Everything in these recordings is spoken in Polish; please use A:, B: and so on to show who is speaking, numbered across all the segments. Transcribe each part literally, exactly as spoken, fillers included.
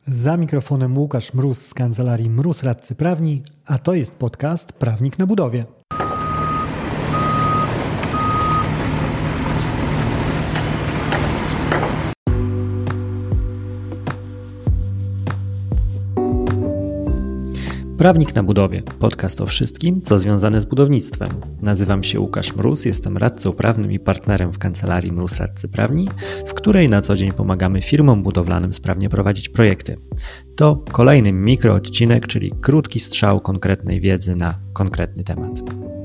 A: Za mikrofonem Łukasz Mróz z kancelarii Mróz Radcy Prawni, a to jest podcast Prawnik na budowie. Prawnik na budowie, podcast o wszystkim, co związane z budownictwem. Nazywam się Łukasz Mróz, jestem radcą prawnym i partnerem w kancelarii Mróz Radcy Prawni, w której na co dzień pomagamy firmom budowlanym sprawnie prowadzić projekty. To kolejny mikroodcinek, czyli krótki strzał konkretnej wiedzy na konkretny temat.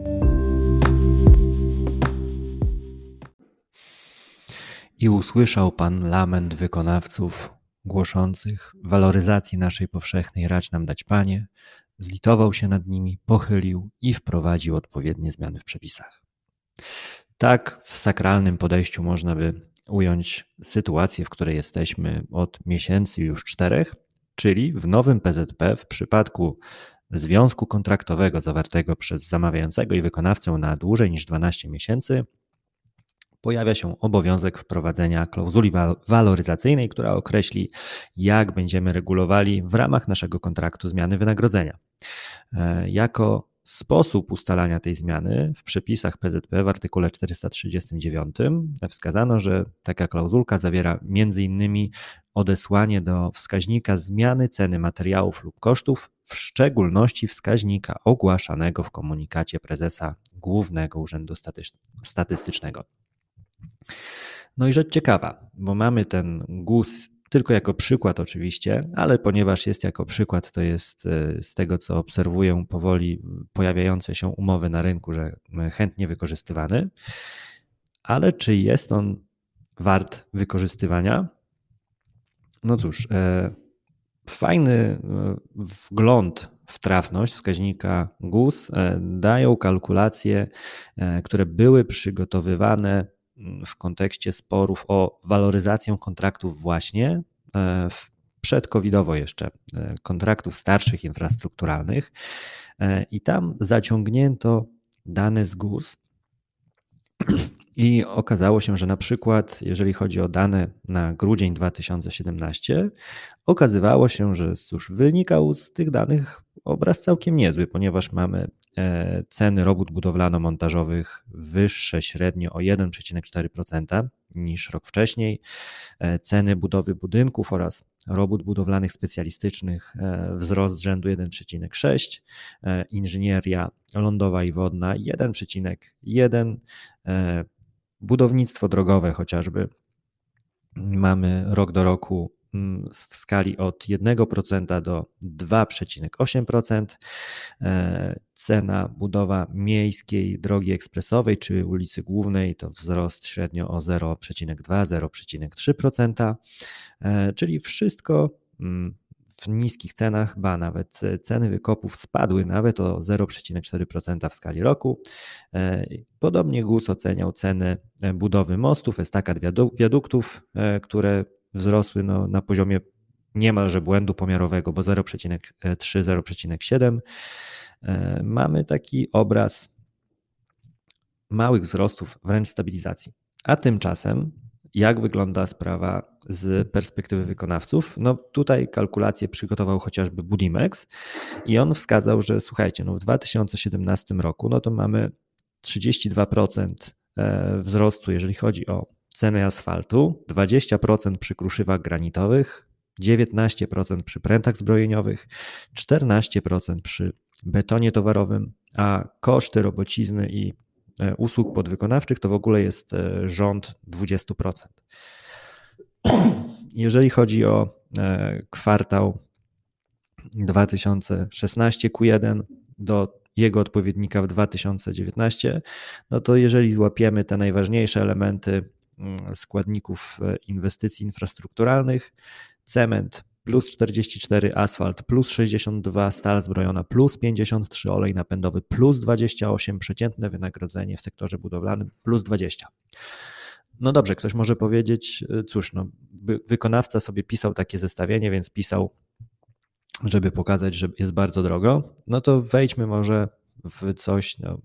A: I usłyszał Pan lament wykonawców głoszących waloryzacji naszej powszechnej racz nam dać Panie, zlitował się nad nimi, pochylił i wprowadził odpowiednie zmiany w przepisach. Tak w sakralnym podejściu można by ująć sytuację, w której jesteśmy od miesięcy już czterech, czyli w nowym P Z P w przypadku związku kontraktowego zawartego przez zamawiającego i wykonawcę na dłużej niż dwanaście miesięcy pojawia się obowiązek wprowadzenia klauzuli waloryzacyjnej, która określi, jak będziemy regulowali w ramach naszego kontraktu zmiany wynagrodzenia. Jako sposób ustalania tej zmiany w przepisach P Z P w artykule czterysta trzydziestym dziewiątym wskazano, że taka klauzulka zawiera między innymi odesłanie do wskaźnika zmiany ceny materiałów lub kosztów, w szczególności wskaźnika ogłaszanego w komunikacie prezesa Głównego Urzędu Statystycznego. No i rzecz ciekawa, bo mamy ten G U S tylko jako przykład oczywiście, ale ponieważ jest jako przykład, to jest z tego, co obserwuję powoli pojawiające się umowy na rynku, że chętnie wykorzystywany, ale czy jest on wart wykorzystywania? No cóż, fajny wgląd w trafność wskaźnika G U S dają kalkulacje, które były przygotowywane w kontekście sporów o waloryzację kontraktów właśnie przedcovidowo jeszcze, kontraktów starszych infrastrukturalnych i tam zaciągnięto dane z G U S i okazało się, że na przykład jeżeli chodzi o dane na grudzień dwa tysiące siedemnasty, okazywało się, że cóż, wynikał z tych danych obraz całkiem niezły, ponieważ mamy ceny robót budowlano-montażowych wyższe średnio o jeden przecinek cztery procent niż rok wcześniej, ceny budowy budynków oraz robót budowlanych specjalistycznych wzrost rzędu jeden przecinek sześć, inżynieria lądowa i wodna jeden przecinek jeden, budownictwo drogowe chociażby mamy rok do roku w skali od jeden procent do dwa przecinek osiem procent. Cena budowa miejskiej drogi ekspresowej czy ulicy Głównej to wzrost średnio o zero przecinek dwa do zero przecinek trzy procent, czyli wszystko w niskich cenach, ba nawet ceny wykopów spadły nawet o zero przecinek cztery procent w skali roku. Podobnie G U S oceniał ceny budowy mostów, estakad, wiaduktów, które wzrosły no, na poziomie niemalże błędu pomiarowego, bo zero przecinek trzy do zero przecinek siedem. Mamy taki obraz małych wzrostów, wręcz stabilizacji. A tymczasem jak wygląda sprawa z perspektywy wykonawców? No tutaj kalkulację przygotował chociażby Budimex i on wskazał, że słuchajcie, no w dwa tysiące siedemnastym roku no to mamy trzydzieści dwa procent wzrostu, jeżeli chodzi o ceny asfaltu, dwadzieścia procent przy kruszywach granitowych, dziewiętnaście procent przy prętach zbrojeniowych, czternaście procent przy betonie towarowym, a koszty robocizny i usług podwykonawczych to w ogóle jest rząd dwadzieścia procent. Jeżeli chodzi o kwartał dwa tysiące szesnasty Q jeden do jego odpowiednika w dwa tysiące dziewiętnastym, no to jeżeli złapiemy te najważniejsze elementy składników inwestycji infrastrukturalnych, cement plus czterdzieści cztery, asfalt plus sześćdziesiąt dwa, stal zbrojona plus pięćdziesiąt trzy, olej napędowy plus dwadzieścia osiem, przeciętne wynagrodzenie w sektorze budowlanym plus dwadzieścia. No dobrze, ktoś może powiedzieć, cóż, no, wykonawca sobie pisał takie zestawienie, więc pisał, żeby pokazać, że jest bardzo drogo. No to wejdźmy może w coś, no,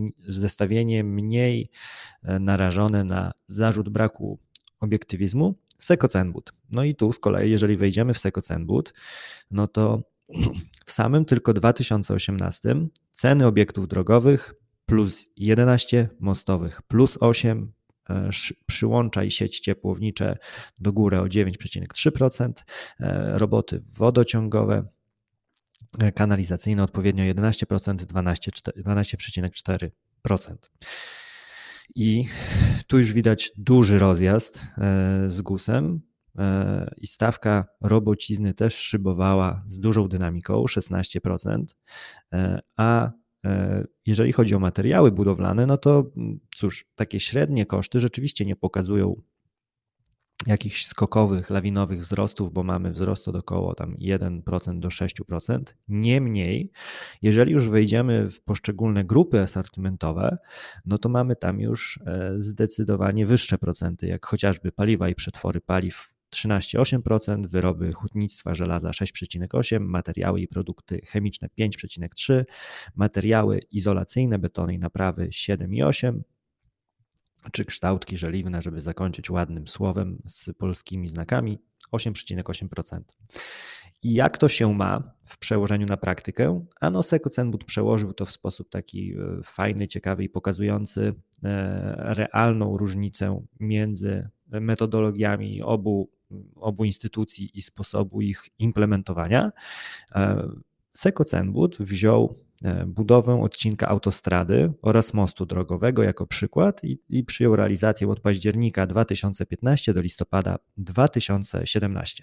A: zestawienie mniej narażone na zarzut braku obiektywizmu Sekocenbud. No i tu z kolei, jeżeli wejdziemy w Sekocenbud, no to w samym tylko dwa tysiące osiemnastym ceny obiektów drogowych plus jedenaście, mostowych plus osiem, przyłącza i sieć ciepłownicze do góry o dziewięć przecinek trzy procent, roboty wodociągowe, kanalizacyjne odpowiednio jedenaście procent, dwanaście przecinek cztery procent. I tu już widać duży rozjazd z gusem i stawka robocizny też szybowała z dużą dynamiką, szesnaście procent, a jeżeli chodzi o materiały budowlane, no to cóż, takie średnie koszty rzeczywiście nie pokazują jakichś skokowych, lawinowych wzrostów, bo mamy wzrost od około tam jeden procent do sześć procent. Niemniej, jeżeli już wejdziemy w poszczególne grupy asortymentowe, no to mamy tam już zdecydowanie wyższe procenty, jak chociażby paliwa i przetwory paliw trzynaście przecinek osiem procent, wyroby hutnictwa żelaza sześć przecinek osiem procent, materiały i produkty chemiczne pięć przecinek trzy procent, materiały izolacyjne, betony i naprawy siedem przecinek osiem procent, czy kształtki żeliwne, żeby zakończyć ładnym słowem z polskimi znakami, osiem przecinek osiem procent. I jak to się ma w przełożeniu na praktykę? Ano Sekocenbud przełożył to w sposób taki fajny, ciekawy i pokazujący realną różnicę między metodologiami obu, obu instytucji i sposobu ich implementowania. Sekocenbud wziął budowę odcinka autostrady oraz mostu drogowego jako przykład i, i przyjął realizację od października dwa tysiące piętnastego do listopada dwa tysiące siedemnastego.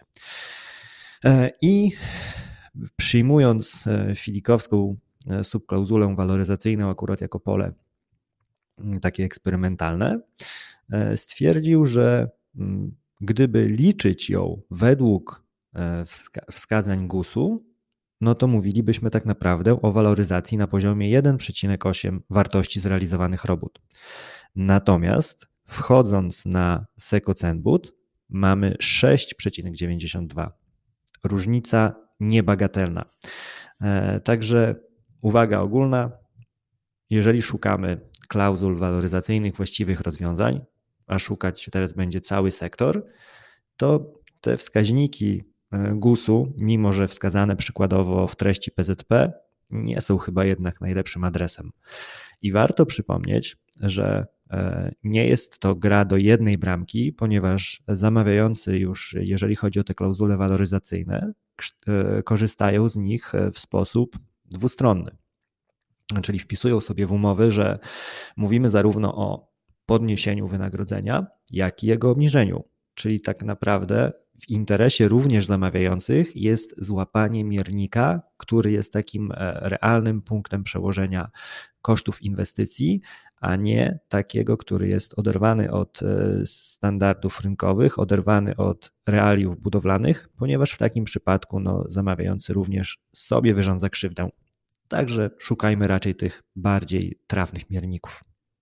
A: I przyjmując filikowską subklauzulę waloryzacyjną akurat jako pole takie eksperymentalne, stwierdził, że gdyby liczyć ją według wskazań gusu, no to mówilibyśmy tak naprawdę o waloryzacji na poziomie jeden przecinek osiem wartości zrealizowanych robót. Natomiast wchodząc na Sekocenbud mamy sześć przecinek dziewięćdziesiąt dwa. Różnica niebagatelna. Także uwaga ogólna, jeżeli szukamy klauzul waloryzacyjnych właściwych rozwiązań, a szukać teraz będzie cały sektor, to te wskaźniki gusu, mimo że wskazane przykładowo w treści P Z P, nie są chyba jednak najlepszym adresem. I warto przypomnieć, że nie jest to gra do jednej bramki, ponieważ zamawiający już, jeżeli chodzi o te klauzule waloryzacyjne, korzystają z nich w sposób dwustronny. Czyli wpisują sobie w umowy, że mówimy zarówno o podniesieniu wynagrodzenia, jak i jego obniżeniu. Czyli tak naprawdę w interesie również zamawiających jest złapanie miernika, który jest takim realnym punktem przełożenia kosztów inwestycji, a nie takiego, który jest oderwany od standardów rynkowych, oderwany od realiów budowlanych, ponieważ w takim przypadku no, zamawiający również sobie wyrządza krzywdę. Także szukajmy raczej tych bardziej trafnych mierników.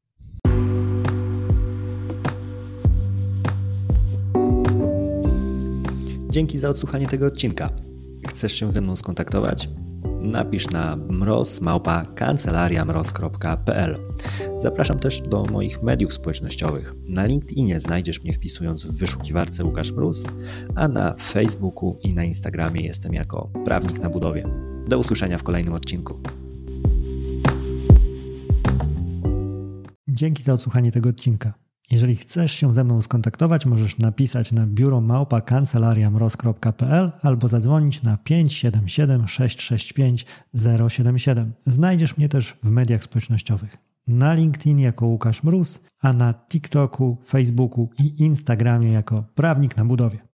A: Dzięki za odsłuchanie tego odcinka. Chcesz się ze mną skontaktować? Napisz na mroz małpa kancelaria mroz kropka p l. Zapraszam też do moich mediów społecznościowych. Na LinkedInie znajdziesz mnie wpisując w wyszukiwarce Łukasz Mróz, a na Facebooku i na Instagramie jestem jako Prawnik na Budowie. Do usłyszenia w kolejnym odcinku.
B: Dzięki za odsłuchanie tego odcinka. Jeżeli chcesz się ze mną skontaktować, możesz napisać na biuro małpa kancelaria mroz kropka p l albo zadzwonić na pięć siedem siedem sześć sześć pięć zero siedem siedem. Znajdziesz mnie też w mediach społecznościowych. Na LinkedIn jako Łukasz Mróz, a na TikToku, Facebooku i Instagramie jako Prawnik na Budowie.